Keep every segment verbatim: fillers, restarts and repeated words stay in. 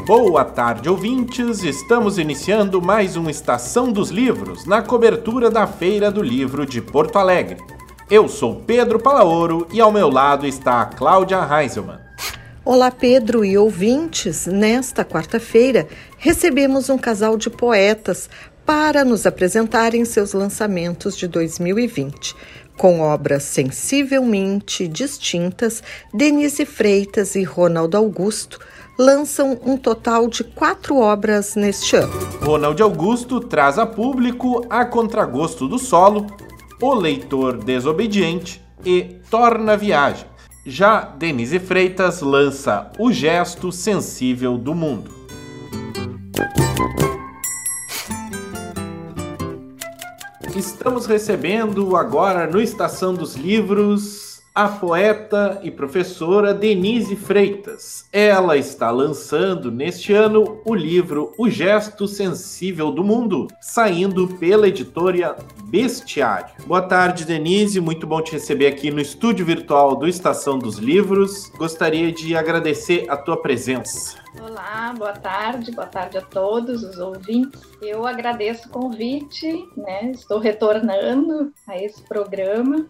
Boa tarde, ouvintes! Estamos iniciando mais uma Estação dos Livros na cobertura da Feira do Livro de Porto Alegre. Eu sou Pedro Palaoro e ao meu lado está a Cláudia Heiselmann. Olá, Pedro e ouvintes! Nesta quarta-feira recebemos um casal de poetas para nos apresentarem seus lançamentos de dois mil e vinte. Com obras sensivelmente distintas, Denise Freitas e Ronald Augusto lançam um total de quatro obras neste ano. Ronald Augusto traz a público A Contragosto do Solo, O Leitor Desobediente e Torna Viagem. Já Denise Freitas lança O Gesto Sensível do Mundo. Estamos recebendo agora no Estação dos Livros a poeta e professora Denise Freitas. Ela está lançando neste ano o livro O Gesto Sensível do Mundo, saindo pela editora Bestiário. Boa tarde, Denise, muito bom te receber aqui no estúdio virtual do Estação dos Livros. Gostaria de agradecer a tua presença. Olá, boa tarde, boa tarde a todos os ouvintes. Eu agradeço o convite, né? Estou retornando a esse programa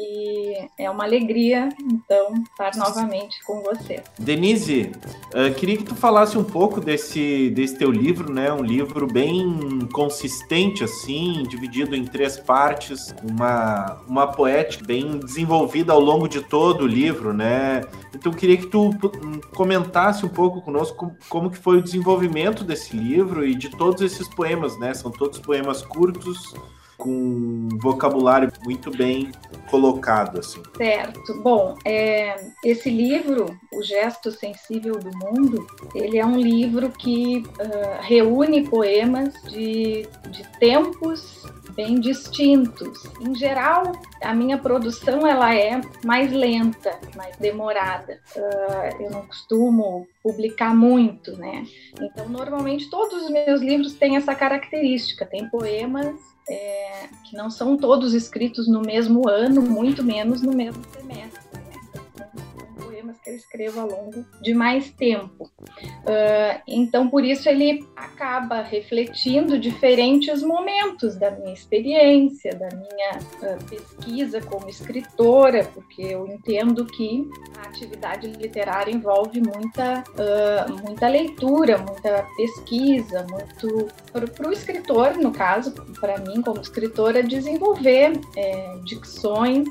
e é uma alegria, então, estar novamente com você. Denise, uh, queria que tu falasse um pouco desse, desse teu livro, né? Um livro bem consistente, assim, dividido em três partes, uma, uma poética bem desenvolvida ao longo de todo o livro, né? Então, queria que tu comentasse um pouco conosco como, como que foi o desenvolvimento desse livro e de todos esses poemas, né? São todos poemas curtos, com um vocabulário muito bem colocado, assim. Certo. Bom, é, esse livro, O Gesto Sensível do Mundo, ele é um livro que uh, reúne poemas de, de tempos bem distintos. Em geral, a minha produção ela é mais lenta, mais demorada. Uh, eu não costumo publicar muito, né? Então, normalmente, todos os meus livros têm essa característica. Tem poemas É, que não são todos escritos no mesmo ano, muito menos no mesmo semestre, né? São poemas que eu escrevo ao longo de mais tempo. Uh, então, por isso, ele acaba refletindo diferentes momentos da minha experiência, da minha uh, pesquisa como escritora, porque eu entendo que a atividade literária envolve muita, uh, muita leitura, muita pesquisa, muito para o escritor, no caso, para mim como escritora, desenvolver é, dicções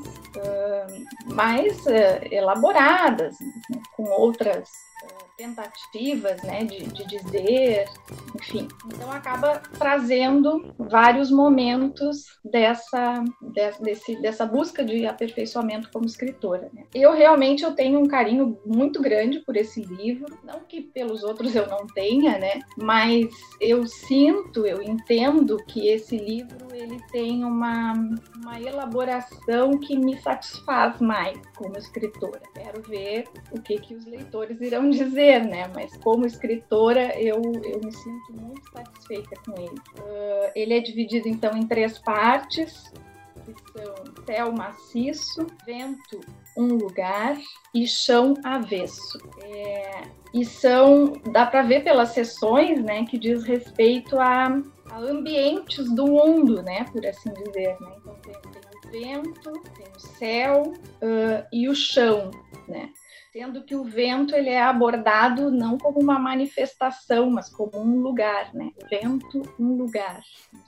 uh, mais uh, elaboradas, né, com outras uh, tentativas, né, de, de dizer, enfim. Então acaba trazendo vários momentos dessa, de, desse, dessa busca de aperfeiçoamento como escritora, né. Eu realmente eu tenho um carinho muito grande por esse livro, não que pelos outros eu não tenha, né, mas eu sinto, eu entendo que esse livro ele tem uma, uma elaboração que me satisfaz mais como escritora. Quero ver o que, que os leitores irão dizer, né? Mas como escritora eu, eu me sinto muito satisfeita com ele. Uh, ele é dividido então em três partes, que são céu maciço, vento, um lugar e chão avesso. É, e são, dá para ver pelas seções, né, que diz respeito a, a ambientes do mundo, né, por assim dizer, né? Então tem, tem o vento, tem o céu uh, e o chão, né? Sendo que o vento ele é abordado não como uma manifestação, mas como um lugar, né? Vento, um lugar.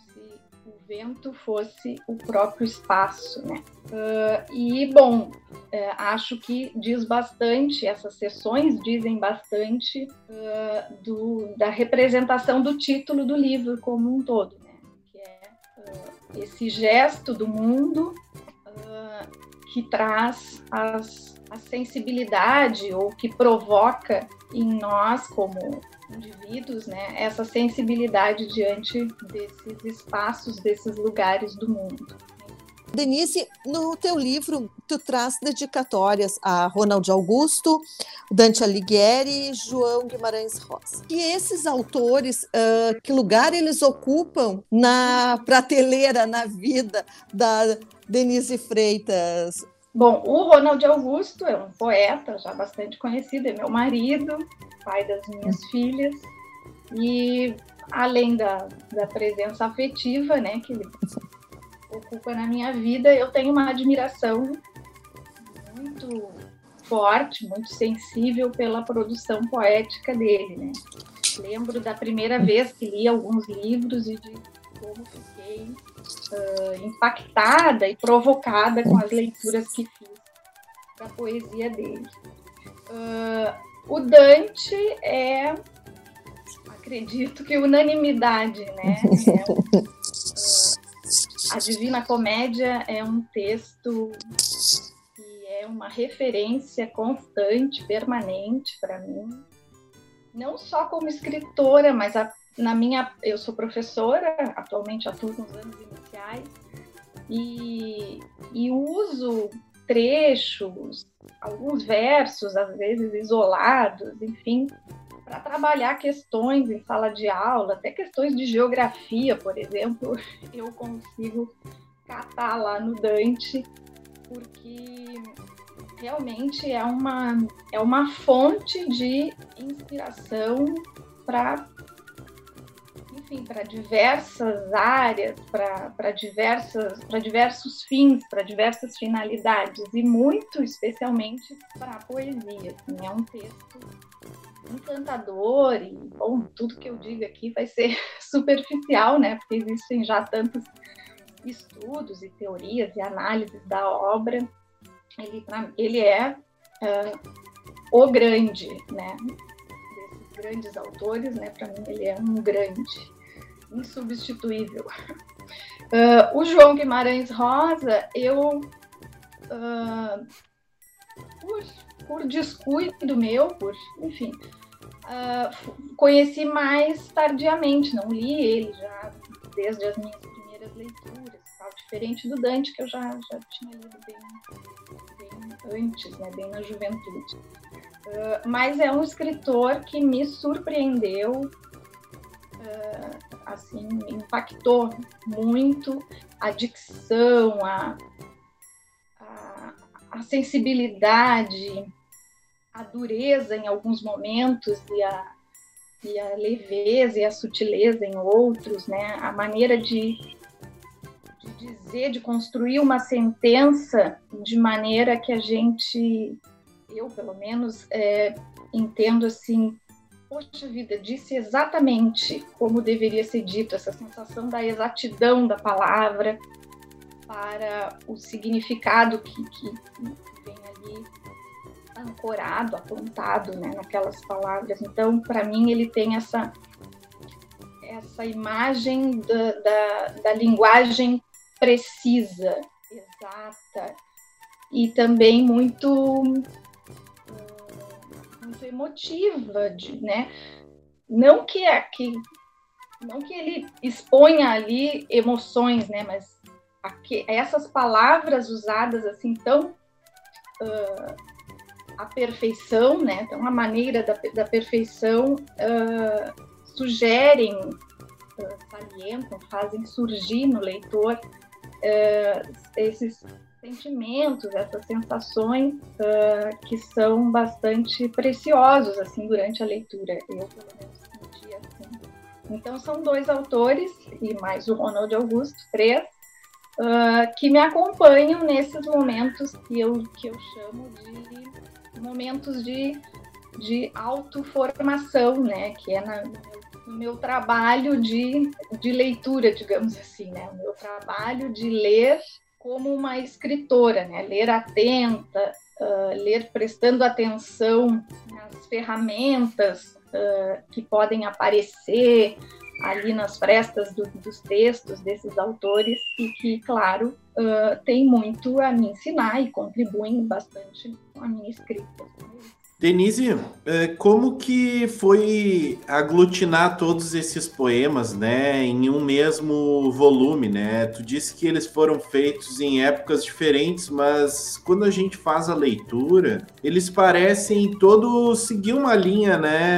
O vento fosse o próprio espaço, né? Uh, e, bom, uh, acho que diz bastante, essas sessões dizem bastante uh, do, da representação do título do livro como um todo, né? Que é uh, esse gesto do mundo uh, que traz as, a sensibilidade ou que provoca em nós como indivíduos, né, essa sensibilidade diante desses espaços, desses lugares do mundo. Denise, no teu livro, tu traz dedicatórias a Ronald Augusto, Dante Alighieri e João Guimarães Rosa. E esses autores, uh, que lugar eles ocupam na prateleira, na vida da Denise Freitas? Bom, o Ronald Augusto é um poeta já bastante conhecido, é meu marido, pai das minhas filhas, e além da, da presença afetiva, né, que ele ocupa na minha vida, eu tenho uma admiração muito forte, muito sensível pela produção poética dele, né. Lembro da primeira vez que li alguns livros e de como fiquei uh, impactada e provocada com as leituras que fiz da poesia dele. Uh, o Dante é, acredito que unanimidade, né? É, uh, a Divina Comédia é um texto que é uma referência constante, permanente para mim. Não só como escritora, mas a, na minha, eu sou professora, atualmente atuo nos anos iniciais, e, e uso trechos, alguns versos, às vezes isolados, enfim, para trabalhar questões em sala de aula, até questões de geografia, por exemplo, eu consigo catar lá no Dante, porque realmente é uma, é uma fonte de inspiração para, enfim, para diversas áreas, para diversas, para diversos fins, para diversas finalidades, e muito especialmente para a poesia. Assim, é um texto encantador e, bom, tudo que eu digo aqui vai ser superficial, né? Porque existem já tantos estudos e teorias e análises da obra. Ele, ele é uh, o grande, né? Desses grandes autores, né? Para mim, ele é um grande, insubstituível. Uh, o João Guimarães Rosa, eu, uh, por, por descuido meu, por, enfim, uh, conheci mais tardiamente, não li ele já desde as minhas primeiras leituras, tal, diferente do Dante, que eu já, já tinha lido bem, bem antes, né, bem na juventude. Uh, mas é um escritor que me surpreendeu, uh, assim, me impactou muito a dicção, a, a, a sensibilidade, a dureza em alguns momentos e a, e a leveza e a sutileza em outros, né? A maneira de, de dizer, de construir uma sentença de maneira que a gente, eu pelo menos, é, entendo assim, poxa vida, disse exatamente como deveria ser dito, essa sensação da exatidão da palavra para o significado que, que vem ali ancorado, apontado, né, naquelas palavras. Então, para mim, ele tem essa, essa imagem da, da, da linguagem precisa, exata, e também muito, muito emotiva, de, né? Não que, que, não que ele exponha ali emoções, né, mas aqui, essas palavras usadas assim tão uh, a perfeição, né? Então, a maneira da, da perfeição uh, sugerem, uh, salientam, fazem surgir no leitor uh, esses sentimentos, essas sensações uh, que são bastante preciosos, assim, durante a leitura. Eu, pelo menos, senti assim. Então, são dois autores, e mais o Ronald Augusto, três, uh, que me acompanham nesses momentos que eu, que eu chamo de momentos de, de autoformação, né, que é na, no, meu, no meu trabalho de, de leitura, digamos assim, né, o meu trabalho de ler como uma escritora, né, ler atenta, uh, ler prestando atenção nas ferramentas uh, que podem aparecer ali nas frestas do, dos textos desses autores e que, claro, uh, tem muito a me ensinar e contribuem bastante com a minha escrita. Denise, como que foi aglutinar todos esses poemas, né, em um mesmo volume, né? Tu disse que eles foram feitos em épocas diferentes, mas quando a gente faz a leitura, eles parecem todos seguir uma linha,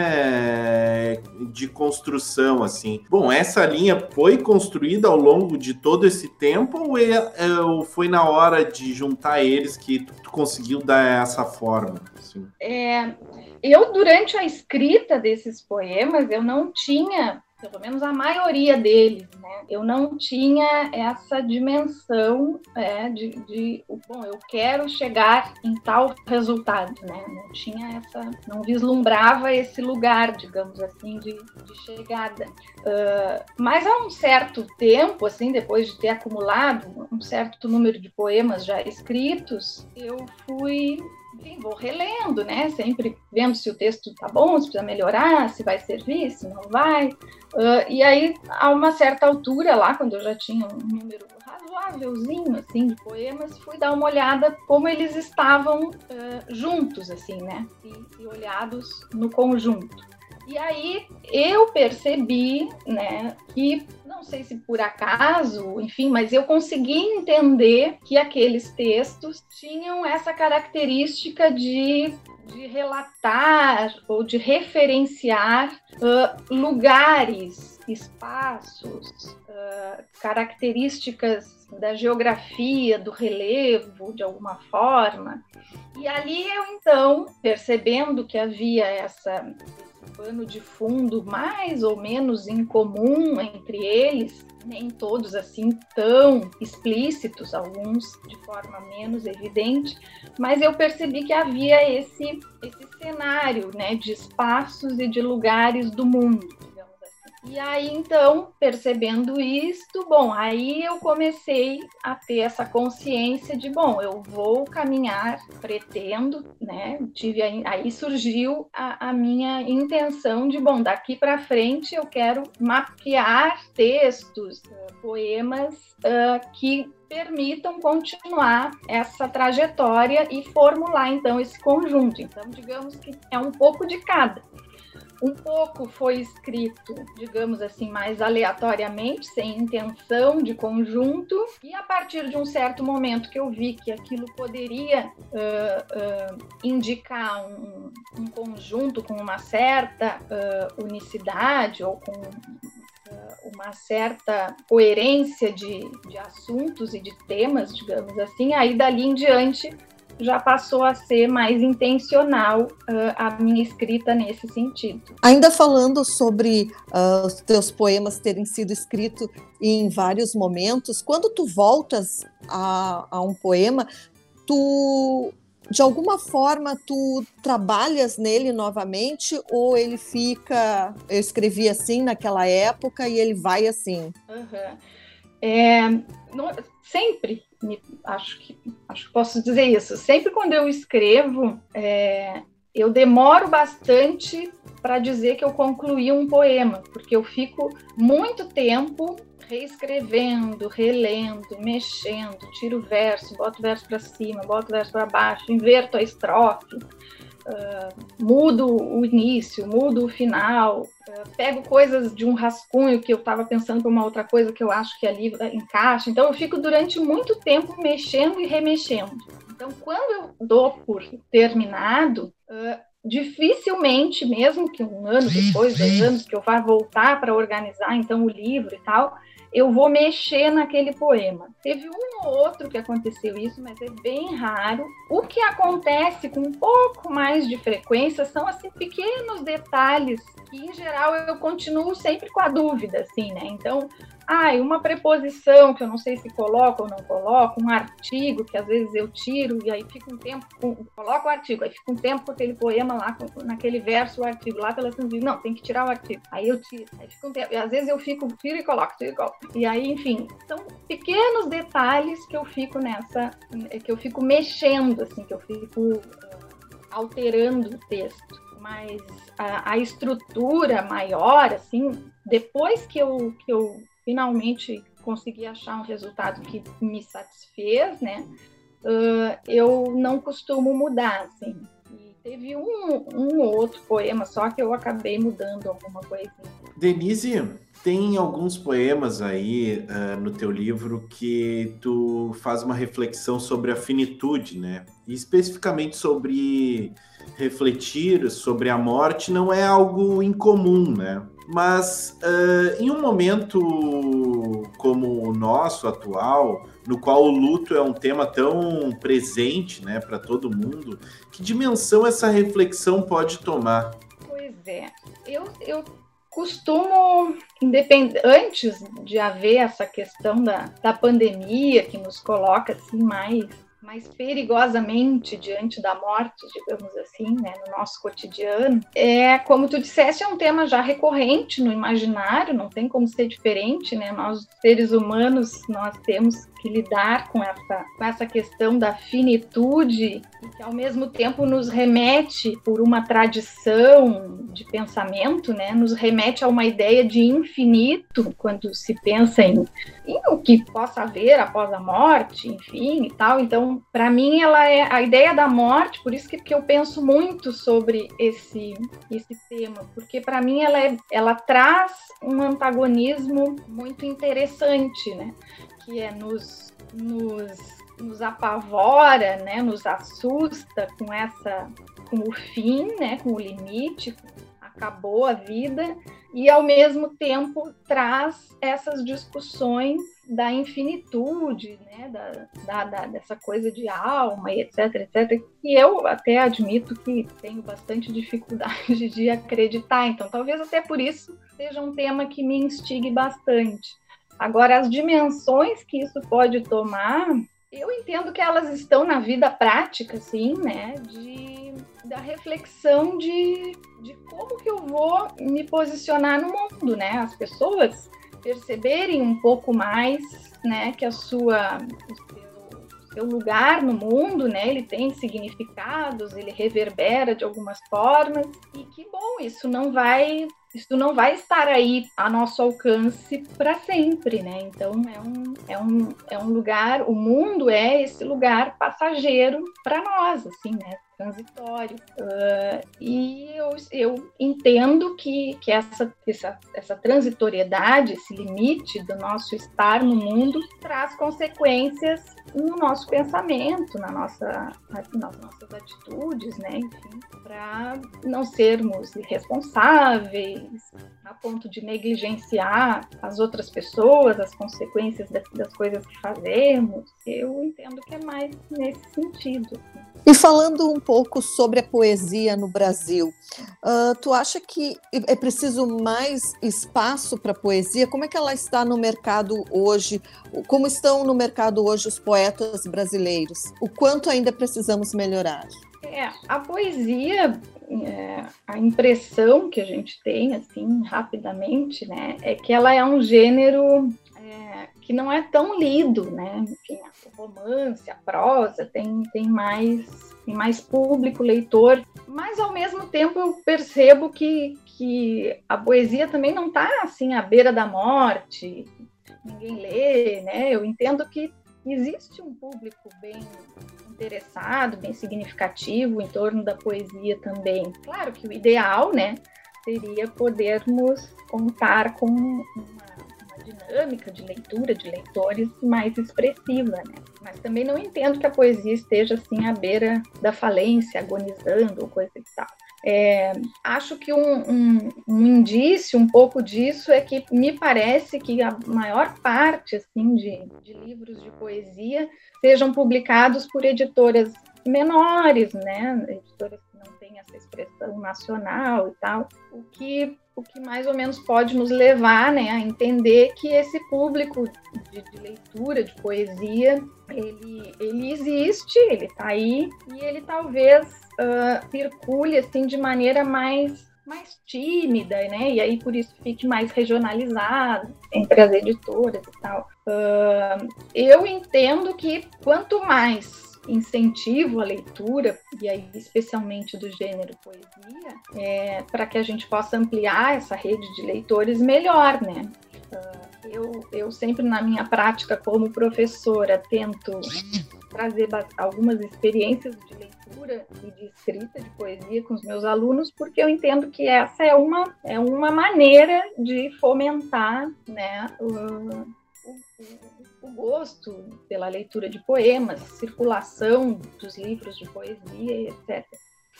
né, de construção, assim. Bom, essa linha foi construída ao longo de todo esse tempo ou, é, ou foi na hora de juntar eles que tu conseguiu dar essa forma? Assim? É, eu, durante a escrita desses poemas, eu não tinha, pelo menos a maioria deles, né? Eu não tinha essa dimensão é, de, de, bom, eu quero chegar em tal resultado, né? Não tinha essa, não vislumbrava esse lugar, digamos assim, de, de chegada. Uh, mas há um certo tempo, assim, depois de ter acumulado um certo número de poemas já escritos, eu fui... Enfim, vou relendo, né? Sempre vendo se o texto tá bom, se precisa melhorar, se vai servir, se não vai. Uh, e aí, a uma certa altura, lá, quando eu já tinha um número razoávelzinho, assim, de poemas, fui dar uma olhada como eles estavam uh, juntos, assim, né? E, e olhados no conjunto. E aí eu percebi, né, que, não sei se por acaso, enfim, mas eu consegui entender que aqueles textos tinham essa característica de, de relatar ou de referenciar uh, lugares, espaços, uh, características da geografia, do relevo, de alguma forma. E ali eu, então, percebendo que havia essa... pano de fundo mais ou menos incomum entre eles, nem todos assim tão explícitos, alguns de forma menos evidente, mas eu percebi que havia esse, esse cenário, né, de espaços e de lugares do mundo, digamos assim. E aí, então, percebendo isto, bom, aí eu comecei a ter essa consciência de, bom, eu vou caminhar, pretendo, né, tive aí, aí surgiu a, a minha intenção de, bom, daqui para frente eu quero mapear textos, poemas uh, que permitam continuar essa trajetória e formular, então, esse conjunto. Então, digamos que é um pouco de cada. Um pouco foi escrito, digamos assim, mais aleatoriamente, sem intenção de conjunto, e a partir de um certo momento que eu vi que aquilo poderia uh, uh, indicar um, um conjunto com uma certa uh, unicidade ou com uh, uma certa coerência de, de assuntos e de temas, digamos assim, aí dali em diante já passou a ser mais intencional uh, a minha escrita nesse sentido. Ainda falando sobre uh, os teus poemas terem sido escritos em vários momentos, quando tu voltas a, a um poema, tu, de alguma forma, tu trabalhas nele novamente ou ele fica, eu escrevi assim naquela época e ele vai assim? Uhum. É, não, sempre, me, acho, que, acho que posso dizer isso, sempre quando eu escrevo, é, eu demoro bastante para dizer que eu concluí um poema, porque eu fico muito tempo reescrevendo, relendo, mexendo, tiro o verso, boto o verso para cima, boto o verso para baixo, inverto a estrofe, uh, mudo o início, mudo o final, uh, pego coisas de um rascunho que eu estava pensando para uma outra coisa que eu acho que ali encaixa. Então, eu fico durante muito tempo mexendo e remexendo. Então, quando eu dou por terminado, uh, dificilmente, mesmo que um ano depois, dois anos, que eu vá voltar para organizar então o livro e tal, eu vou mexer naquele poema. Teve um ou outro que aconteceu isso, mas é bem raro. O que acontece com um pouco mais de frequência são assim pequenos detalhes que, em geral, eu continuo sempre com a dúvida, assim, né? Então, ah, uma preposição que eu não sei se coloco ou não coloco, um artigo que às vezes eu tiro e aí fica um tempo, com, coloco o artigo, aí fica um tempo com aquele poema lá, com, naquele verso, o artigo lá, pela digo, não, tem que tirar o artigo. Aí eu tiro, aí fica um tempo, e às vezes eu fico, tiro e coloco, tiro e coloco. E aí, enfim, são pequenos detalhes que eu fico nessa, que eu fico mexendo, assim, que eu fico uh, alterando o texto. Mas a, a estrutura maior, assim, depois que eu, que eu finalmente consegui achar um resultado que me satisfez, né, uh, eu não costumo mudar, assim. teve um, um ou outro poema, só que eu acabei mudando alguma coisinha. Denise, tem alguns poemas aí uh, no teu livro que tu faz uma reflexão sobre a finitude, né? E especificamente sobre refletir sobre a morte não é algo incomum, né? Mas uh, em um momento como o nosso atual, no qual o luto é um tema tão presente, né, para todo mundo, que dimensão essa reflexão pode tomar? Pois é, eu, eu costumo, independ... antes de haver essa questão da, da pandemia, que nos coloca assim mais, mais perigosamente diante da morte, digamos assim, né, no nosso cotidiano, é, como tu disseste, é um tema já recorrente no imaginário, não tem como ser diferente, né? Nós, seres humanos, nós temos que lidar com essa, com essa questão da finitude, e que ao mesmo tempo nos remete, por uma tradição de pensamento, né, nos remete a uma ideia de infinito, quando se pensa em, em o que possa haver após a morte, enfim, e tal. Então, para mim, ela é a ideia da morte, por isso que, que eu penso muito sobre esse, esse tema, porque para mim ela, é, ela traz um antagonismo muito interessante, né, que é nos, nos, nos apavora, né, nos assusta com essa, com o fim, né, com o limite, acabou a vida, e ao mesmo tempo traz essas discussões da infinitude, né, da, da, da, dessa coisa de alma, e etc, etc, que eu até admito que tenho bastante dificuldade de acreditar, então talvez até por isso seja um tema que me instigue bastante. Agora, as dimensões que isso pode tomar, eu entendo que elas estão na vida prática, sim, né, de, da reflexão de, de como que eu vou me posicionar no mundo, né, as pessoas perceberem um pouco mais, né, que a sua, o seu, seu lugar no mundo, né, ele tem significados, ele reverbera de algumas formas, e que bom, isso não vai... Isso não vai estar aí a nosso alcance para sempre, né? Então, é um, é, um, é um lugar, o mundo é esse lugar passageiro para nós, assim, né? Transitório. Uh, e eu, eu entendo que, que essa, essa, essa transitoriedade, esse limite do nosso estar no mundo, traz consequências no nosso pensamento, na nossa, nas nossas atitudes, né? Enfim, para não sermos irresponsáveis, a ponto de negligenciar as outras pessoas, as consequências das, das coisas que fazemos. Eu entendo que é mais nesse sentido. E falando um pouco sobre a poesia no Brasil, uh, tu acha que é preciso mais espaço para a poesia? Como é que ela está no mercado hoje? Como estão no mercado hoje os poetas brasileiros? O quanto ainda precisamos melhorar? É, a poesia, é, a impressão que a gente tem, assim, rapidamente, né, é que ela é um gênero é, que não é tão lido, né? Enfim, o romance, a prosa, tem, tem, mais, tem mais público, leitor, mas ao mesmo tempo eu percebo que, que a poesia também não está, assim, à beira da morte, ninguém lê, né? Eu entendo que existe um público bem interessado, bem significativo em torno da poesia também. Claro que o ideal, né, seria podermos contar com uma, uma dinâmica de leitura, de leitores mais expressiva, né? Mas também não entendo que a poesia esteja assim à beira da falência, agonizando ou coisa e tal. É, acho que um, um, um indício um pouco disso é que me parece que a maior parte assim, de, de livros de poesia sejam publicados por editoras menores, né? Editoras que não têm essa expressão nacional e tal, o que, o que mais ou menos pode nos levar, né, a entender que esse público de, de leitura, de poesia, ele, ele existe, ele está aí, e ele talvez Uh, circule assim, de maneira mais, mais tímida, né? E aí por isso fique mais regionalizado entre as editoras e tal. Uh, eu entendo que quanto mais incentivo à leitura, e aí especialmente do gênero poesia, é, para que a gente possa ampliar essa rede de leitores, melhor, né? Uh, eu, eu sempre na minha prática como professora tento trazer algumas experiências de leitura leitura e de escrita de poesia com os meus alunos, porque eu entendo que essa é uma, é uma maneira de fomentar, né, o, o, o gosto pela leitura de poemas, circulação dos livros de poesia, etcétera.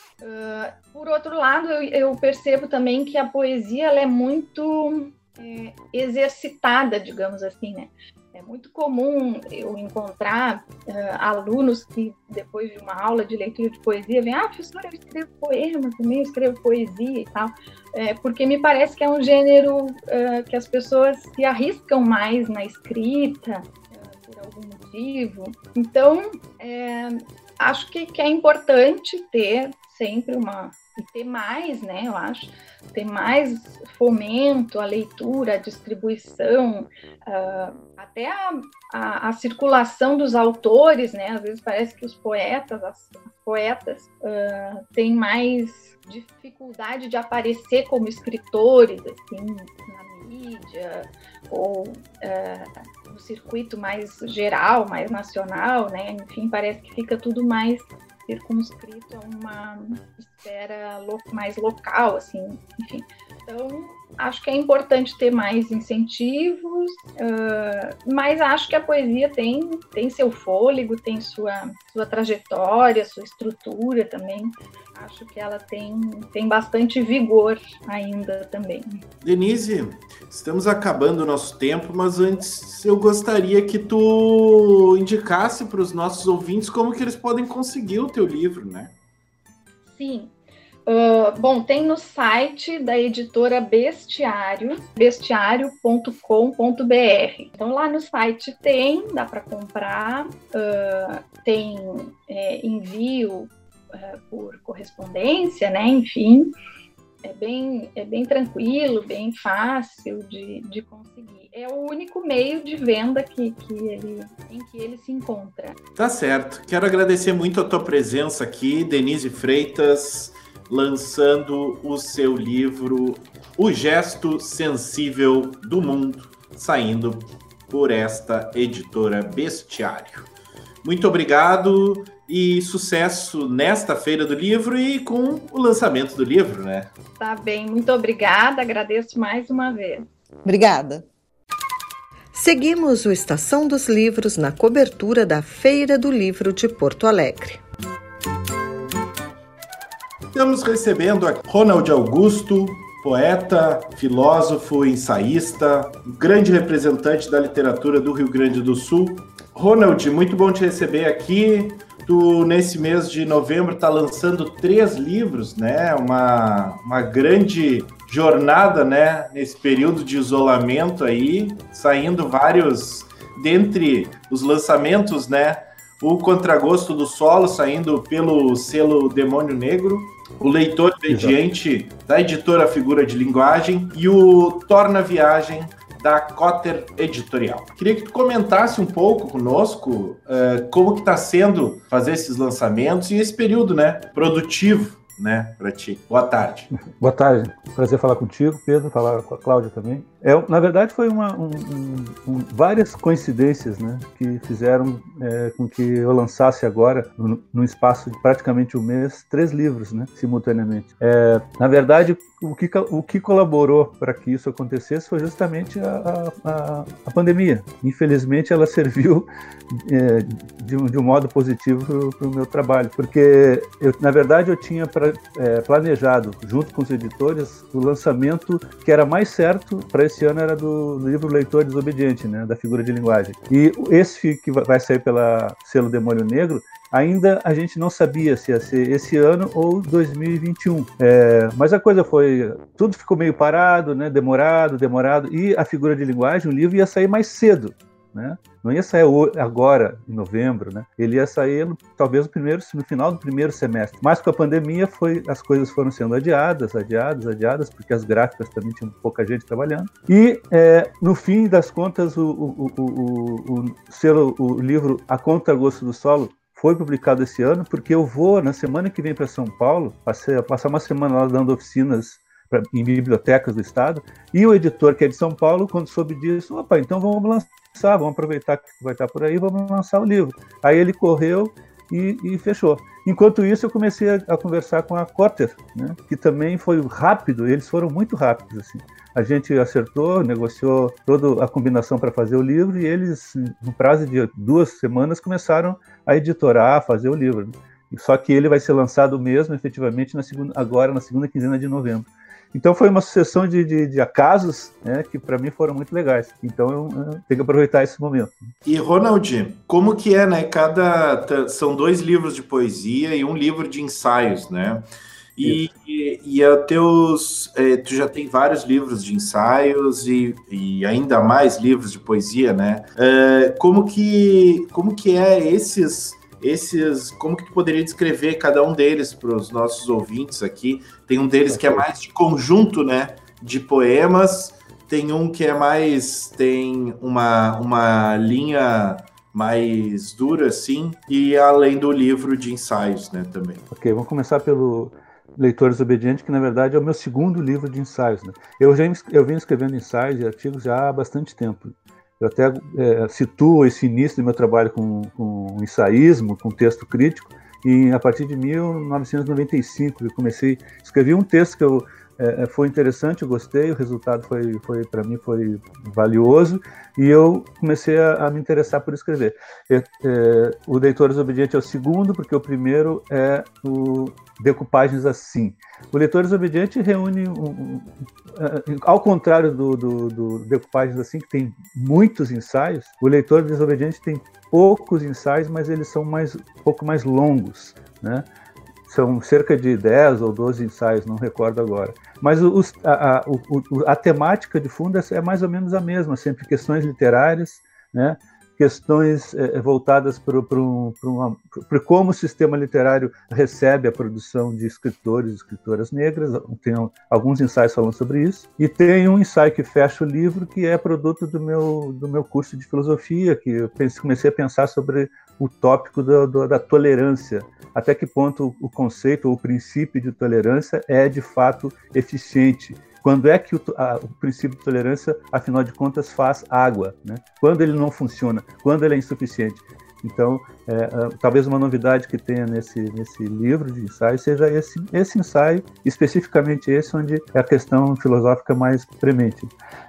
Uh, por outro lado, eu, eu percebo também que a poesia ela é muito é, exercitada, digamos assim, né? É muito comum eu encontrar uh, alunos que, depois de uma aula de leitura de poesia, vêm, ah, professora, eu escrevo poema também, eu escrevo poesia e tal, é, porque me parece que é um gênero uh, que as pessoas se arriscam mais na escrita, uh, por algum motivo. Então, é, acho que, que é importante ter sempre uma... e ter mais, né, eu acho, ter mais fomento à leitura, à distribuição, uh, até a, a, a circulação dos autores, né, às vezes parece que os poetas, as, as poetas uh, têm mais dificuldade de aparecer como escritores, assim, na mídia, ou uh, no circuito mais geral, mais nacional, né, enfim, parece que fica tudo mais circunscrito a uma esfera lo- mais local, assim, enfim. Então, acho que é importante ter mais incentivos, uh, mas acho que a poesia tem, tem seu fôlego, tem sua, sua trajetória, sua estrutura também. Acho que ela tem, tem bastante vigor ainda também. Denise, estamos acabando o nosso tempo, mas antes eu gostaria que tu indicasse para os nossos ouvintes como que eles podem conseguir o teu livro, né? Sim. Uh, bom, tem no site da editora Bestiário, bestiário ponto com ponto b r. Então, lá no site tem, dá para comprar, uh, tem é, envio uh, por correspondência, né? Enfim, é bem, é bem tranquilo, bem fácil de, de conseguir. É o único meio de venda que, que ele, em que ele se encontra. Tá certo. Quero agradecer muito a tua presença aqui, Denise Freitas, lançando o seu livro O Gesto Sensível do Mundo, saindo por esta editora Bestiário. Muito obrigado e sucesso nesta Feira do Livro e com o lançamento do livro, né? Tá bem, muito obrigada, agradeço mais uma vez. Obrigada. Seguimos o Estação dos Livros na cobertura da Feira do Livro de Porto Alegre. Estamos recebendo a Ronald Augusto, poeta, filósofo, ensaísta, grande representante da literatura do Rio Grande do Sul. Ronald, muito bom te receber aqui. Tu, nesse mês de novembro, está lançando três livros, né? Uma, uma grande jornada, né? Nesse período de isolamento aí, saindo vários, dentre os lançamentos, né? O Contragosto do Solo, saindo pelo selo Demônio Negro, o Leitor Obediente, da editora Figura de Linguagem, e o Torna Viagem, da Cotter Editorial. Queria que tu comentasse um pouco conosco uh, como que está sendo fazer esses lançamentos e esse período, né, produtivo, né, para ti. Boa tarde. Boa tarde. Prazer falar contigo, Pedro, falar com a Cláudia também. É, na verdade, foi uma, um, um, um, várias coincidências, né, que fizeram é, com que eu lançasse agora, no, no espaço de praticamente um mês, três livros, né, simultaneamente. É, na verdade, o que, o que colaborou para que isso acontecesse foi justamente a, a, a pandemia. Infelizmente, ela serviu é, de, de um modo positivo para o meu trabalho, porque, eu, na verdade, eu tinha pra, é, planejado, junto com os editores, o lançamento que era mais certo para esse ano era do, do livro Leitor Desobediente, né, da Figura de Linguagem. E esse que vai sair pela selo Demônio Negro, ainda a gente não sabia se ia ser esse ano ou dois mil e vinte e um. É, mas a coisa foi... Tudo ficou meio parado, né, demorado, demorado. E a Figura de Linguagem, o livro ia sair mais cedo, né? Não ia sair agora, em novembro, né? Ele ia sair talvez no, primeiro, no final do primeiro semestre. Mas com a pandemia, foi, as coisas foram sendo adiadas, adiadas, adiadas, porque as gráficas também tinham pouca gente trabalhando. E, é, no fim das contas, o, o, o, o, o, selo, o livro A Contragosto do Solo foi publicado esse ano, porque eu vou, na semana que vem, para São Paulo, passei, passar uma semana lá dando oficinas pra, em bibliotecas do estado, e o editor, que é de São Paulo, quando soube disso, opa, então vamos lançar, vamos aproveitar que vai estar por aí, vamos lançar o livro. Aí ele correu e, e fechou. Enquanto isso, eu comecei a, a conversar com a Cotter, né, que também foi rápido, eles foram muito rápidos, assim. A gente acertou, negociou toda a combinação para fazer o livro e eles, no prazo de duas semanas, começaram a editorar, a fazer o livro. Só que ele vai ser lançado mesmo, efetivamente, na segunda, agora na segunda quinzena de novembro. Então foi uma sucessão de, de, de acasos, né, que para mim foram muito legais. Então eu, eu tenho que aproveitar esse momento. E Ronald, como que é, né? Cada são dois livros de poesia e um livro de ensaios, né? E, e, e a teus, é, tu já tem vários livros de ensaios e, e ainda mais livros de poesia, né? É, como que como que é esses Esses, como que tu poderia descrever cada um deles para os nossos ouvintes aqui? Tem um deles que é mais de conjunto, né, de poemas, tem um que é mais, tem uma, uma linha mais dura, assim, e além do livro de ensaios, né, também. Ok, vamos começar pelo Leitores Obedientes, que na verdade é o meu segundo livro de ensaios, né? Eu já eu venho escrevendo ensaios e artigos já há bastante tempo. Eu até é, situo esse início do meu trabalho com, com ensaísmo, com texto crítico, e a partir de mil novecentos e noventa e cinco eu comecei, escrevi um texto que eu, é, foi interessante, eu gostei, o resultado foi, foi para mim foi valioso, e eu comecei a, a me interessar por escrever. É, é, o Leitores Obedientes é o segundo, porque o primeiro é o Decoupagens Assim. O Leitores Obedientes reúne, um, um, um, ao contrário do, do, do Decoupagens Assim, que tem muitos ensaios, o Leitores Desobedientes tem poucos ensaios, mas eles são mais, um pouco mais longos, né? São cerca de dez ou doze ensaios, não recordo agora. Mas os, a, a, o, a temática de fundo é mais ou menos a mesma, sempre questões literárias, né? Questões é, voltadas para como o sistema literário recebe a produção de escritores e escritoras negras. Tem alguns ensaios falando sobre isso. E tem um ensaio que fecha o livro, que é produto do meu, do meu curso de filosofia, que eu pensei, comecei a pensar sobre o tópico do, do, da tolerância. Até que ponto o conceito ou o princípio de tolerância é, de fato, eficiente. Quando é que o, a, o princípio de tolerância, afinal de contas, faz água, né? Quando ele não funciona, quando ele é insuficiente. Então, é, é, talvez uma novidade que tenha nesse, nesse livro de ensaio seja esse, esse ensaio, especificamente esse, onde é a questão filosófica mais premente.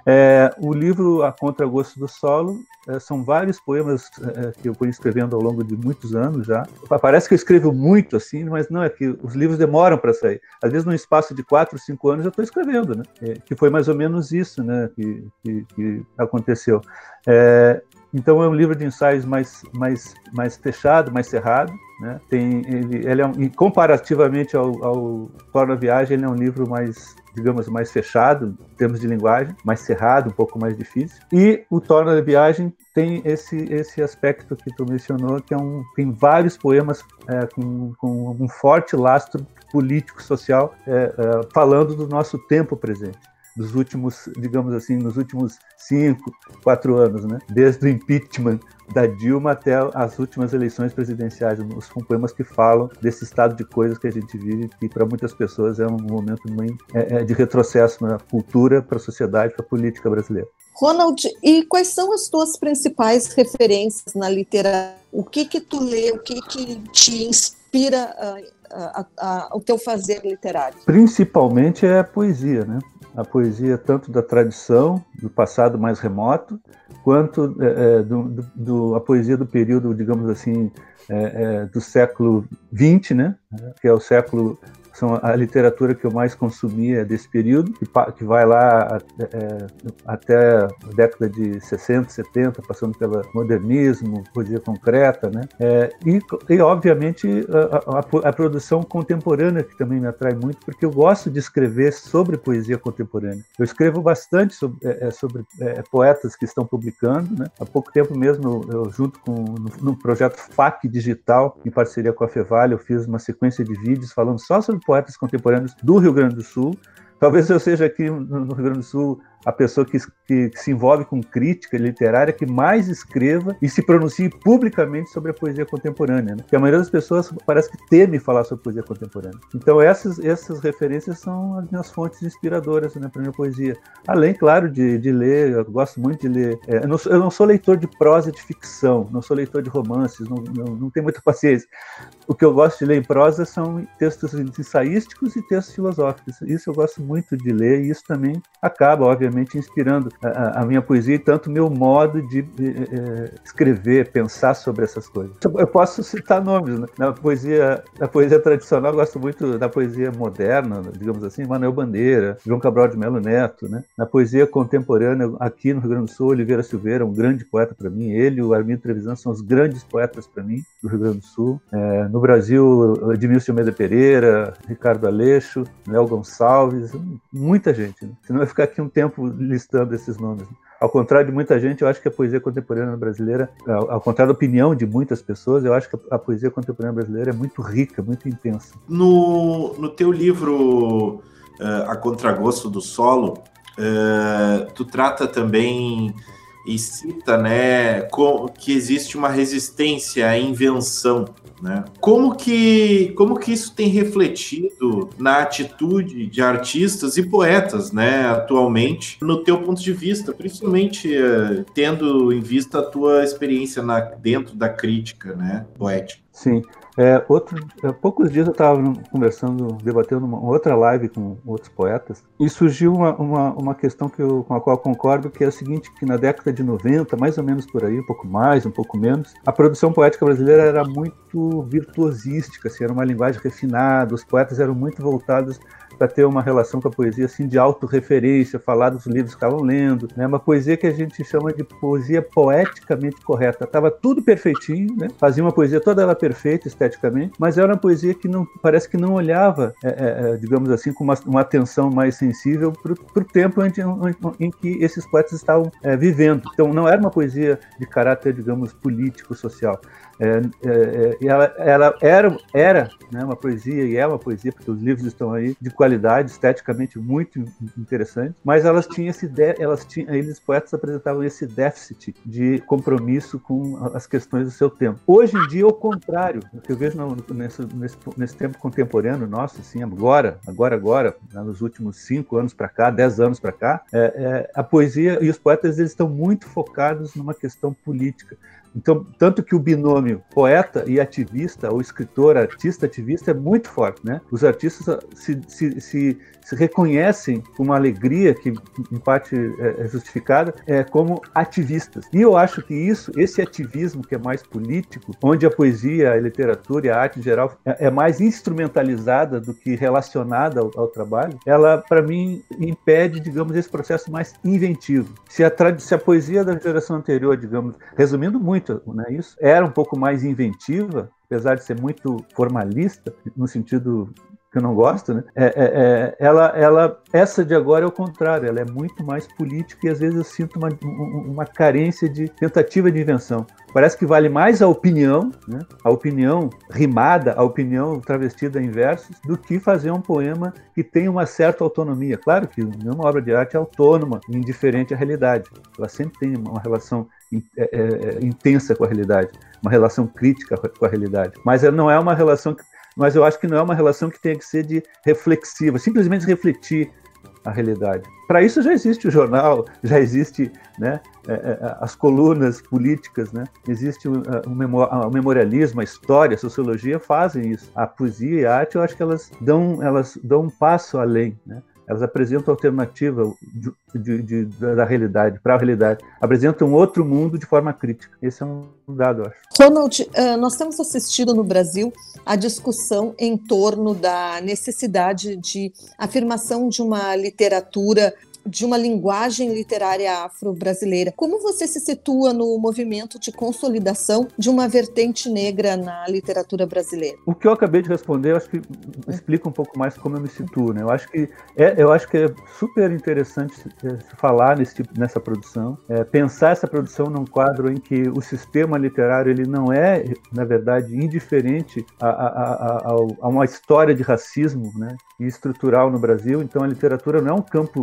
É, o livro A Contragosto do Solo é, são vários poemas é, que eu fui escrevendo ao longo de muitos anos já. Parece que eu escrevo muito assim, mas não, é que os livros demoram para sair. Às vezes, num espaço de quatro, cinco anos, eu estou escrevendo, né? É, que foi mais ou menos isso, né, que, que, que aconteceu. É, Então é um livro de ensaios mais, mais, mais fechado, mais cerrado, né? Tem, ele, ele é um, e comparativamente ao, ao Torna Viagem, ele é um livro mais, digamos, mais fechado, em termos de linguagem, mais cerrado, um pouco mais difícil. E o Torna Viagem tem esse, esse aspecto que tu mencionou, que é um, tem vários poemas é, com, com um forte lastro político-social, é, é, falando do nosso tempo presente, dos últimos, digamos assim, nos últimos cinco, quatro anos, né? Desde o impeachment da Dilma até as últimas eleições presidenciais, os poemas que falam desse estado de coisas que a gente vive, que para muitas pessoas é um momento muito, é, é de retrocesso na cultura, para a sociedade, para a política brasileira. Ronald, e quais são as tuas principais referências na literatura? O que que tu lê, o que que te inspira uh, a, a, a, o teu fazer literário? Principalmente é a poesia, né? A poesia tanto da tradição, do passado mais remoto, quanto é, do, do, do, a poesia do período, digamos assim, é, é, do século vinte, né? Que é o século, são a literatura que eu mais consumia desse período, que, que vai lá é, até a década de sessenta, setenta, passando pelo modernismo, poesia concreta, né? É, e, e, obviamente, a, a, a produção contemporânea, que também me atrai muito, porque eu gosto de escrever sobre poesia contemporânea. Eu escrevo bastante sobre, é, sobre é, poetas que estão publicando, né? Há pouco tempo mesmo, eu, junto com no, no projeto F A C Digital, em parceria com a Fevale, eu fiz uma sequência de vídeos falando só sobre poetas contemporâneos do Rio Grande do Sul. Talvez eu seja aqui no Rio Grande do Sul a pessoa que, que, que se envolve com crítica literária que mais escreva e se pronuncie publicamente sobre a poesia contemporânea, né? Porque a maioria das pessoas parece que teme falar sobre poesia contemporânea. Então essas, essas referências são as minhas fontes inspiradoras, né, para a minha poesia. Além, claro, de, de ler, eu gosto muito de ler. É, eu, não sou, eu não sou leitor de prosa de ficção, não sou leitor de romances, não, não, não tenho muita paciência. O que eu gosto de ler em prosa são textos ensaísticos e textos filosóficos. Isso eu gosto muito de ler e isso também acaba, obviamente, inspirando a, a minha poesia e tanto o meu modo de, de, de escrever, pensar sobre essas coisas. Eu posso citar nomes, né? Na poesia, na poesia tradicional, eu gosto muito da poesia moderna, digamos assim, Manuel Bandeira, João Cabral de Melo Neto, né? Na poesia contemporânea, aqui no Rio Grande do Sul, Oliveira Silveira, um grande poeta para mim, ele e o Armindo Trevisan são os grandes poetas para mim, do Rio Grande do Sul. É, no Brasil, Edmilson Almeida Pereira, Ricardo Aleixo, Léo Gonçalves, muita gente, né? Senão eu ia ficar aqui um tempo listando esses nomes, né? Ao contrário de muita gente, eu acho que a poesia contemporânea brasileira, ao, ao contrário da opinião de muitas pessoas, eu acho que a, a poesia contemporânea brasileira é muito rica, muito intensa. No, no teu livro uh, A Contragosto do Solo, uh, tu trata também e cita, né, com, que existe uma resistência à invenção, né? Como que, como que isso tem refletido na atitude de artistas e poetas, né, atualmente, no teu ponto de vista, principalmente uh, tendo em vista a tua experiência na, dentro da crítica, né, poética? Sim. É, outro, há poucos dias eu estava conversando, debatendo uma outra live com outros poetas e surgiu uma, uma, uma questão que eu, com a qual eu concordo, que é a seguinte, que na década de noventa, mais ou menos por aí, um pouco mais, um pouco menos, a produção poética brasileira era muito virtuosística, assim, era uma linguagem refinada, os poetas eram muito voltados para ter uma relação com a poesia assim, de autorreferência, falar dos livros que estavam lendo, né? Uma poesia que a gente chama de poesia poeticamente correta. Estava tudo perfeitinho, né? Fazia uma poesia toda ela perfeita esteticamente, mas era uma poesia que não, parece que não olhava, é, é, digamos assim, com uma, uma atenção mais sensível para o tempo em, em, em que esses poetas estavam é, vivendo. Então não era uma poesia de caráter, digamos, político, social. É, é, ela, ela era, era né, uma poesia, e é uma poesia, porque os livros estão aí, de qualidade, esteticamente muito interessante, mas elas tinham esse de, elas tinham, eles, poetas, apresentavam esse déficit de compromisso com as questões do seu tempo. Hoje em dia, ao contrário, o que eu vejo no, nesse, nesse, nesse tempo contemporâneo nosso, assim, agora, agora, agora, né, nos últimos cinco anos para cá, dez anos para cá, é, é, a poesia e os poetas, eles estão muito focados numa questão política. Então, tanto que o binômio poeta e ativista, ou escritor, artista, ativista, é muito forte, né? Os artistas se, se, se, se reconhecem com uma alegria que, em parte, é justificada, é, como ativistas. E eu acho que isso, esse ativismo que é mais político, onde a poesia, a literatura e a arte em geral é, é mais instrumentalizada do que relacionada ao, ao trabalho, ela, para mim, impede, digamos, esse processo mais inventivo. Se a, se a poesia da geração anterior, digamos, resumindo muito, né, isso, era um pouco mais inventiva, apesar de ser muito formalista, no sentido que eu não gosto, né? É, é, é, ela, ela, essa de agora é o contrário, ela é muito mais política e às vezes eu sinto uma, uma carência de tentativa de invenção. Parece que vale mais a opinião, né? A opinião rimada, a opinião travestida em versos, do que fazer um poema que tenha uma certa autonomia. Claro que nenhuma obra de arte é autônoma, indiferente à realidade. Ela sempre tem uma relação é, é, intensa com a realidade, uma relação crítica com a realidade. Mas ela não é uma relação... Que, mas eu acho que não é uma relação que tenha que ser de reflexiva, simplesmente refletir a realidade. Para isso já existe o jornal, já existe, né, as colunas políticas, né? Existe o, o memorialismo, a história, a sociologia fazem isso. A poesia e a arte, eu acho que elas dão, elas dão um passo além, né? Elas apresentam alternativa de, de, de, da realidade, para a realidade. Apresentam outro mundo de forma crítica. Esse é um dado, eu acho. Ronald, nós temos assistido no Brasil a discussão em torno da necessidade de afirmação de uma literatura, de uma linguagem literária afro-brasileira. Como você se situa no movimento de consolidação de uma vertente negra na literatura brasileira? O que eu acabei de responder, eu acho que explica um pouco mais como eu me situo, né? Eu acho que é, eu acho que é super interessante falar nesse tipo, nessa produção, é, pensar essa produção num quadro em que o sistema literário ele não é, na verdade, indiferente a, a, a, a, a uma história de racismo, né, estrutural no Brasil. Então a literatura não é um campo protegido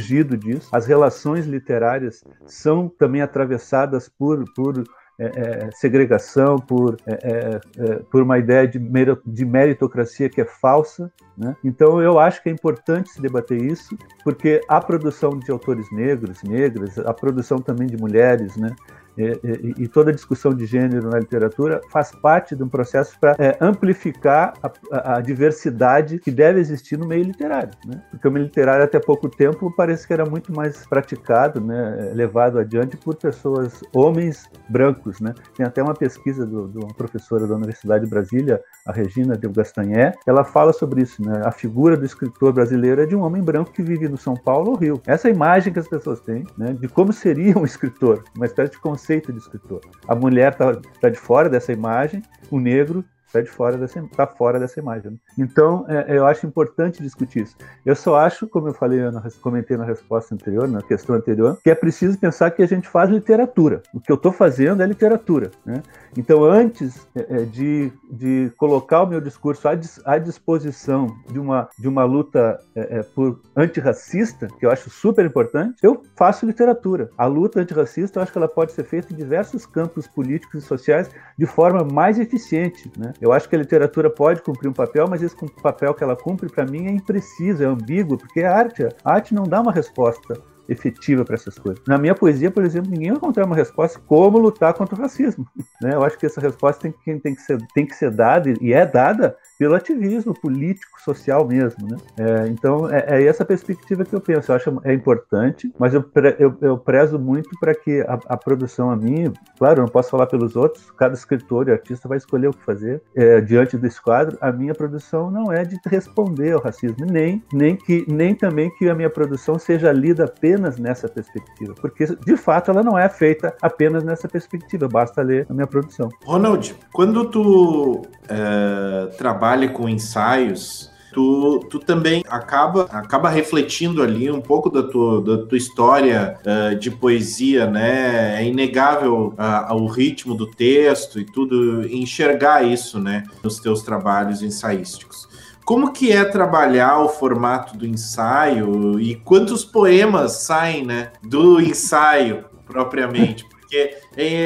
fugido disso. As relações literárias são também atravessadas por, por é, é, segregação, por, é, é, por uma ideia de, de meritocracia que é falsa, né? Então eu acho que é importante se debater isso, porque a produção de autores negros, negras, a produção também de mulheres, né? E, e, e toda a discussão de gênero na literatura faz parte de um processo para é, amplificar a, a, a diversidade que deve existir no meio literário, né? Porque o meio literário até pouco tempo parece que era muito mais praticado, né, levado adiante por pessoas, homens brancos, né? Tem até uma pesquisa de uma professora da Universidade de Brasília, a Regina Del Gastanhé, ela fala sobre isso, né? A figura do escritor brasileiro é de um homem branco que vive no São Paulo ou Rio. Essa é a imagem que as pessoas têm, né, de como seria um escritor, uma espécie de conceito de escritor. A mulher está tá de fora dessa imagem, o negro está de fora dessa, tá fora dessa imagem. Né? Então, é, eu acho importante discutir isso. Eu só acho, como eu falei, eu comentei na resposta anterior, na questão anterior, que é preciso pensar que a gente faz literatura. O que eu estou fazendo é literatura, né? Então, antes é, de, de colocar o meu discurso à, dis, à disposição de uma, de uma luta é, é, por antirracista, que eu acho super importante, eu faço literatura. A luta antirracista, eu acho que ela pode ser feita em diversos campos políticos e sociais de forma mais eficiente, né? Eu acho que a literatura pode cumprir um papel, mas esse papel que ela cumpre, para mim, é impreciso, é ambíguo, porque a arte, a arte não dá uma resposta efetiva para essas coisas. Na minha poesia, por exemplo, ninguém vai encontrar uma resposta como lutar contra o racismo, né? Eu acho que essa resposta tem que, tem que, ser, tem que ser dada, e é dada pelo ativismo político, social mesmo, né? É, então, é, é essa perspectiva que eu penso. Eu acho é importante, mas eu, pre, eu, eu prezo muito para que a, a produção a mim, claro, eu não posso falar pelos outros, cada escritor e artista vai escolher o que fazer é, diante desse quadro. A minha produção não é de responder ao racismo, nem, nem, que, nem também que a minha produção seja lida apenas nessa perspectiva, porque, de fato, ela não é feita apenas nessa perspectiva, basta ler a minha produção. Ronald, quando tu é, trabalha com ensaios, Tu, tu também acaba, acaba refletindo ali um pouco da tua, da tua história uh, de poesia, né? É inegável uh, o ritmo do texto e tudo, enxergar isso, né, nos teus trabalhos ensaísticos. Como que é trabalhar o formato do ensaio e quantos poemas saem, né, do ensaio propriamente? Porque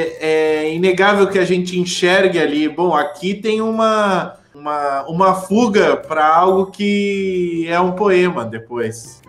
é, é inegável que a gente enxergue ali, bom, aqui tem uma... Uma, uma fuga para algo que é um poema depois.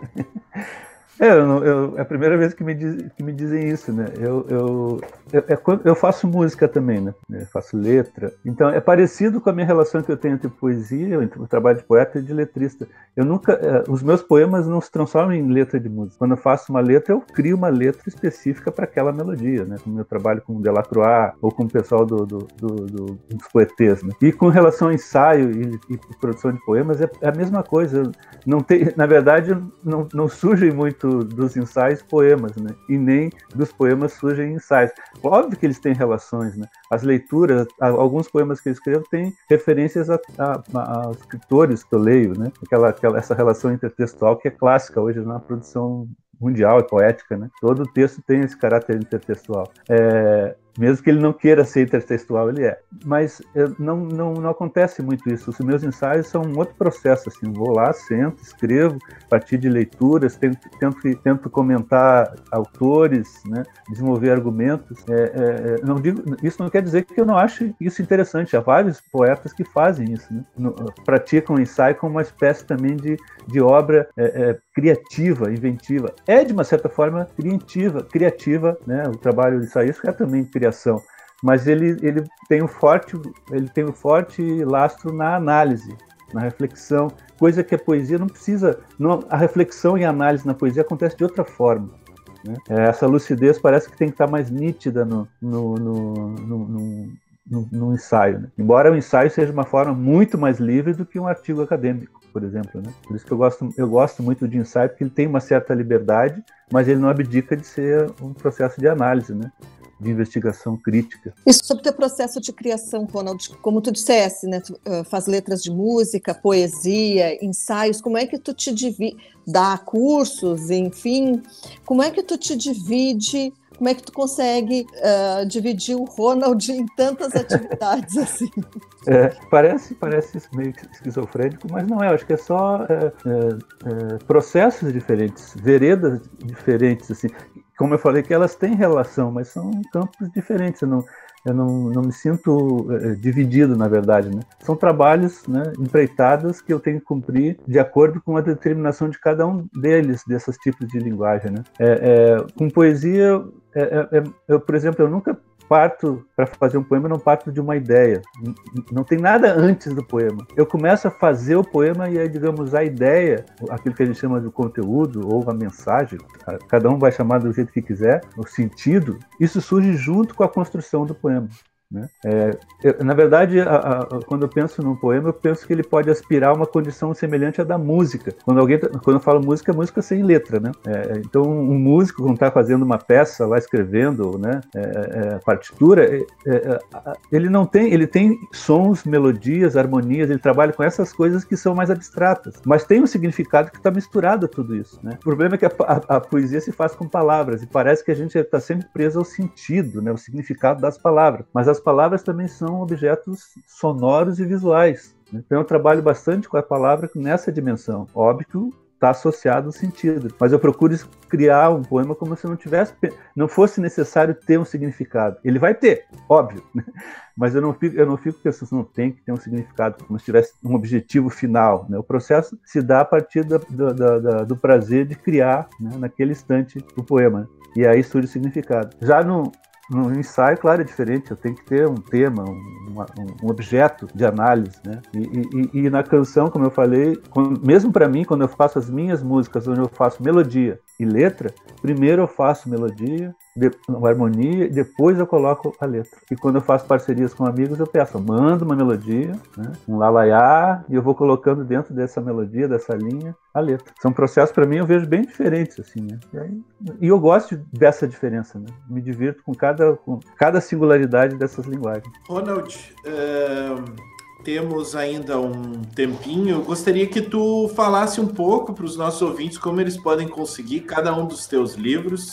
É, eu, eu, é a primeira vez que me, diz, que me dizem isso, né? Eu, eu, eu, eu faço música também, né? Eu faço letra. Então, é parecido com a minha relação que eu tenho entre poesia, entre o trabalho de poeta e de letrista. Eu nunca, é, os meus poemas não se transformam em letra de música. Quando eu faço uma letra, eu crio uma letra específica para aquela melodia, né? Como eu trabalho com o Delacroix ou com o pessoal do, do, do, do, dos poetês, né? E com relação ao ensaio e, e produção de poemas, é, é a mesma coisa. Não tem, na verdade, não, não surgem muito dos ensaios poemas, né? E nem dos poemas surgem ensaios. Óbvio que eles têm relações, né? As leituras, alguns poemas que eu escrevo têm referências a, a, a, a escritores que eu leio, né? Aquela, aquela, essa relação intertextual que é clássica hoje na produção mundial e poética, né? Todo texto tem esse caráter intertextual. É, mesmo que ele não queira ser intertextual, ele é. Mas eu, não, não, não acontece muito isso. Os meus ensaios são um outro processo, assim, vou lá, sento, escrevo, a partir de leituras, tento, tento, tento comentar autores, né? Desenvolver argumentos. É, é, não digo, isso não quer dizer que eu não ache isso interessante. Há vários poetas que fazem isso, né? No, praticam o ensaio como uma espécie também de, de obra é, é, criativa, inventiva. É, de uma certa forma, criativa, criativa, né? O trabalho ensaístico é também criação, mas ele, ele, tem um forte, ele tem um forte lastro na análise, na reflexão, coisa que a poesia não precisa, não, a reflexão e a análise na poesia acontece de outra forma, né? Essa lucidez parece que tem que estar mais nítida no, no, no, no, no, no, no ensaio, né? Embora o ensaio seja uma forma muito mais livre do que um artigo acadêmico, por exemplo, né? Por isso que eu gosto, eu gosto muito de ensaio, porque ele tem uma certa liberdade, mas ele não abdica de ser um processo de análise, né? De investigação crítica. E sobre o teu processo de criação, Ronald, como tu disseste, né, tu uh, faz letras de música, poesia, ensaios, como é que tu te divide, dá cursos, enfim, como é que tu te divide como é que tu consegue uh, dividir o Ronald em tantas atividades assim? É, parece, parece meio esquizofrênico, mas não é. Eu acho que é só é, é, é, processos diferentes, veredas diferentes, assim. Como eu falei, que elas têm relação, mas são campos diferentes. Eu não, eu não, não me sinto é, dividido, na verdade, né? São trabalhos, né, empreitadas que eu tenho que cumprir de acordo com a determinação de cada um deles, desses tipos de linguagem, né? É, é, com poesia, é, é, eu, por exemplo, eu nunca parto para fazer um poema, não parto de uma ideia. Não tem nada antes do poema. Eu começo a fazer o poema e aí, digamos, a ideia, aquilo que a gente chama de conteúdo ou a mensagem, cada um vai chamar do jeito que quiser, o sentido, isso surge junto com a construção do poema. Né? É, eu, na verdade, a, a, quando eu penso num poema, eu penso que ele pode aspirar a uma condição semelhante à da música. Quando, alguém, quando eu falo música, é música sem letra. Né? É, então, um músico, quando está fazendo uma peça, lá escrevendo, né, é, é, partitura, é, é, ele não tem, ele tem sons, melodias, harmonias, ele trabalha com essas coisas que são mais abstratas, mas tem um significado que está misturado a tudo isso. Né? O problema é que a, a, a poesia se faz com palavras, e parece que a gente está sempre preso ao sentido, né, ao significado das palavras, mas as As palavras também são objetos sonoros e visuais. Então eu trabalho bastante com a palavra nessa dimensão. Óbvio que está associado ao sentido, mas eu procuro criar um poema como se não tivesse, não fosse necessário ter um significado. Ele vai ter, óbvio, mas eu não fico, eu não fico pensando que não tem que ter um significado, como se tivesse um objetivo final. Né? O processo se dá a partir da, da, da, do prazer de criar, né, naquele instante o poema, e aí surge o significado. Já no No ensaio, claro, é diferente. Eu tenho que ter um tema, um, um, um objeto de análise, né? E, e, e na canção, como eu falei, quando, mesmo para mim, quando eu faço as minhas músicas, onde eu faço melodia e letra, primeiro eu faço melodia, de, uma harmonia, e depois eu coloco a letra. E quando eu faço parcerias com amigos, eu peço, eu mando uma melodia, né, um lalaiá, e eu vou colocando dentro dessa melodia, dessa linha, a letra. São processos, para mim, eu vejo bem diferentes, assim, né? E, aí, e eu gosto dessa diferença, né? Me divirto com cada, com cada singularidade dessas linguagens. Ronald, uh... temos ainda um tempinho. Eu gostaria que tu falasse um pouco para os nossos ouvintes como eles podem conseguir cada um dos teus livros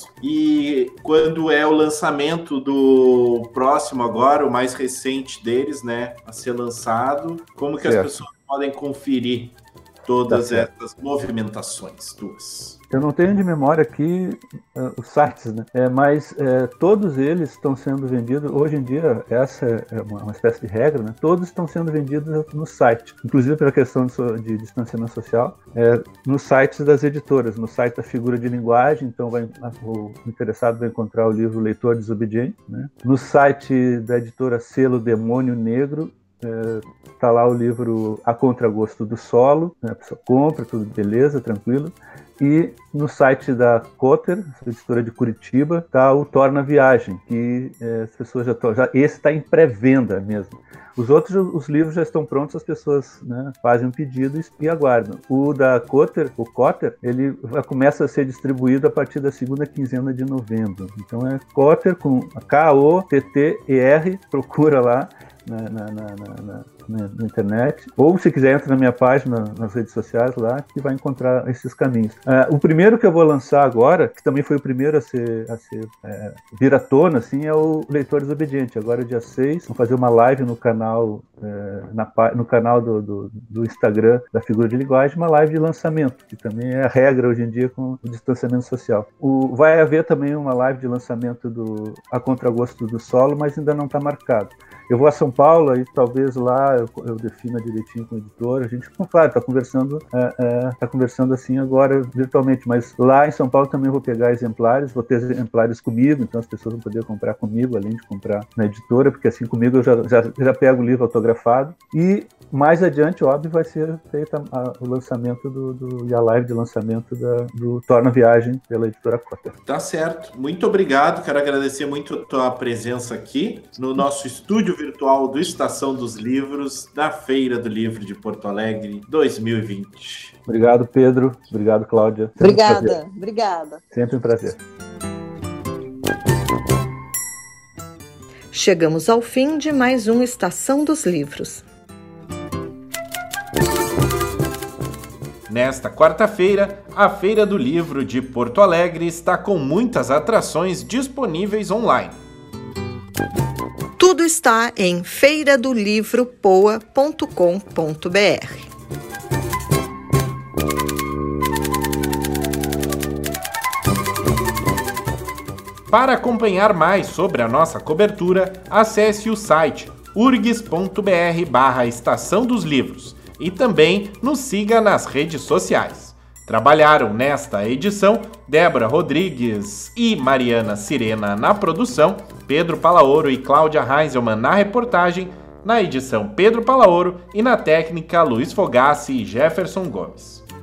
e quando é o lançamento do próximo agora, o mais recente deles, né, a ser lançado, como que certo. As pessoas podem conferir todas tá essas movimentações tuas. Eu não tenho de memória aqui uh, os sites, né? É, mas é, todos eles estão sendo vendidos, hoje em dia, essa é uma, uma espécie de regra, né? Todos estão sendo vendidos no site, inclusive pela questão de, so, de distanciamento social, é, nos sites das editoras, no site da Figura de Linguagem, então vai, o interessado vai encontrar o livro Leitor Desobediente, né? No site da editora Selo Demônio Negro, está é, lá o livro A Contragosto do Solo, né? A pessoa compra, tudo beleza, tranquilo. E no site da Cotter, editora de Curitiba, está o Torna Viagem, que é, as pessoas já estão... Já, esse está em pré-venda mesmo. Os outros, os livros já estão prontos, as pessoas, né, fazem um pedido e aguardam. O da Cotter, o Cotter, ele começa a ser distribuído a partir da segunda quinzena de novembro. Então é Cotter com K O T T E R, procura lá na, na, na, na, na, na internet. Ou se quiser, entra na minha página, nas redes sociais lá, que vai encontrar esses caminhos. Uh, o primeiro que eu vou lançar agora, que também foi o primeiro a ser, a ser é, vir à tona, assim, é o Leitor Desobediente. Agora, dia seis, vamos fazer uma live no canal, é, na, no canal do, do, do Instagram da Figura de Linguagem, uma live de lançamento, que também é a regra hoje em dia com o distanciamento social. O, vai haver também uma live de lançamento do A Contragosto do Solo, mas ainda não está marcado. Eu vou a São Paulo, aí talvez lá eu, eu defina direitinho com o editor. A gente, claro, está conversando, é, é, tá conversando assim agora virtualmente, mas lá em São Paulo também vou pegar exemplares, vou ter exemplares comigo, então as pessoas vão poder comprar comigo, além de comprar na editora, porque assim comigo eu já, já, já pego o livro autografado. E mais adiante, óbvio, vai ser feito a, a, o lançamento do, do, e a live de lançamento da, do Torna Viagem pela editora Cotter. Tá certo. Muito obrigado. Quero agradecer muito a tua presença aqui no nosso estúdio virtual do Estação dos Livros, da Feira do Livro de Porto Alegre dois mil e vinte. Obrigado, Pedro. Obrigado, Cláudia. Sempre obrigada, um obrigada. Sempre um prazer. Chegamos ao fim de mais um Estação dos Livros. Nesta quarta-feira, a Feira do Livro de Porto Alegre está com muitas atrações disponíveis online. Tudo está em feira do livro poa ponto com ponto b r. Para acompanhar mais sobre a nossa cobertura, acesse o site urgs ponto b r barra Estação dos Livros e também nos siga nas redes sociais. Trabalharam nesta edição Débora Rodrigues e Mariana Sirena na produção, Pedro Palaoro e Cláudia Heinzelmann na reportagem, na edição Pedro Palaoro e na técnica Luiz Fogassi e Jefferson Gomes.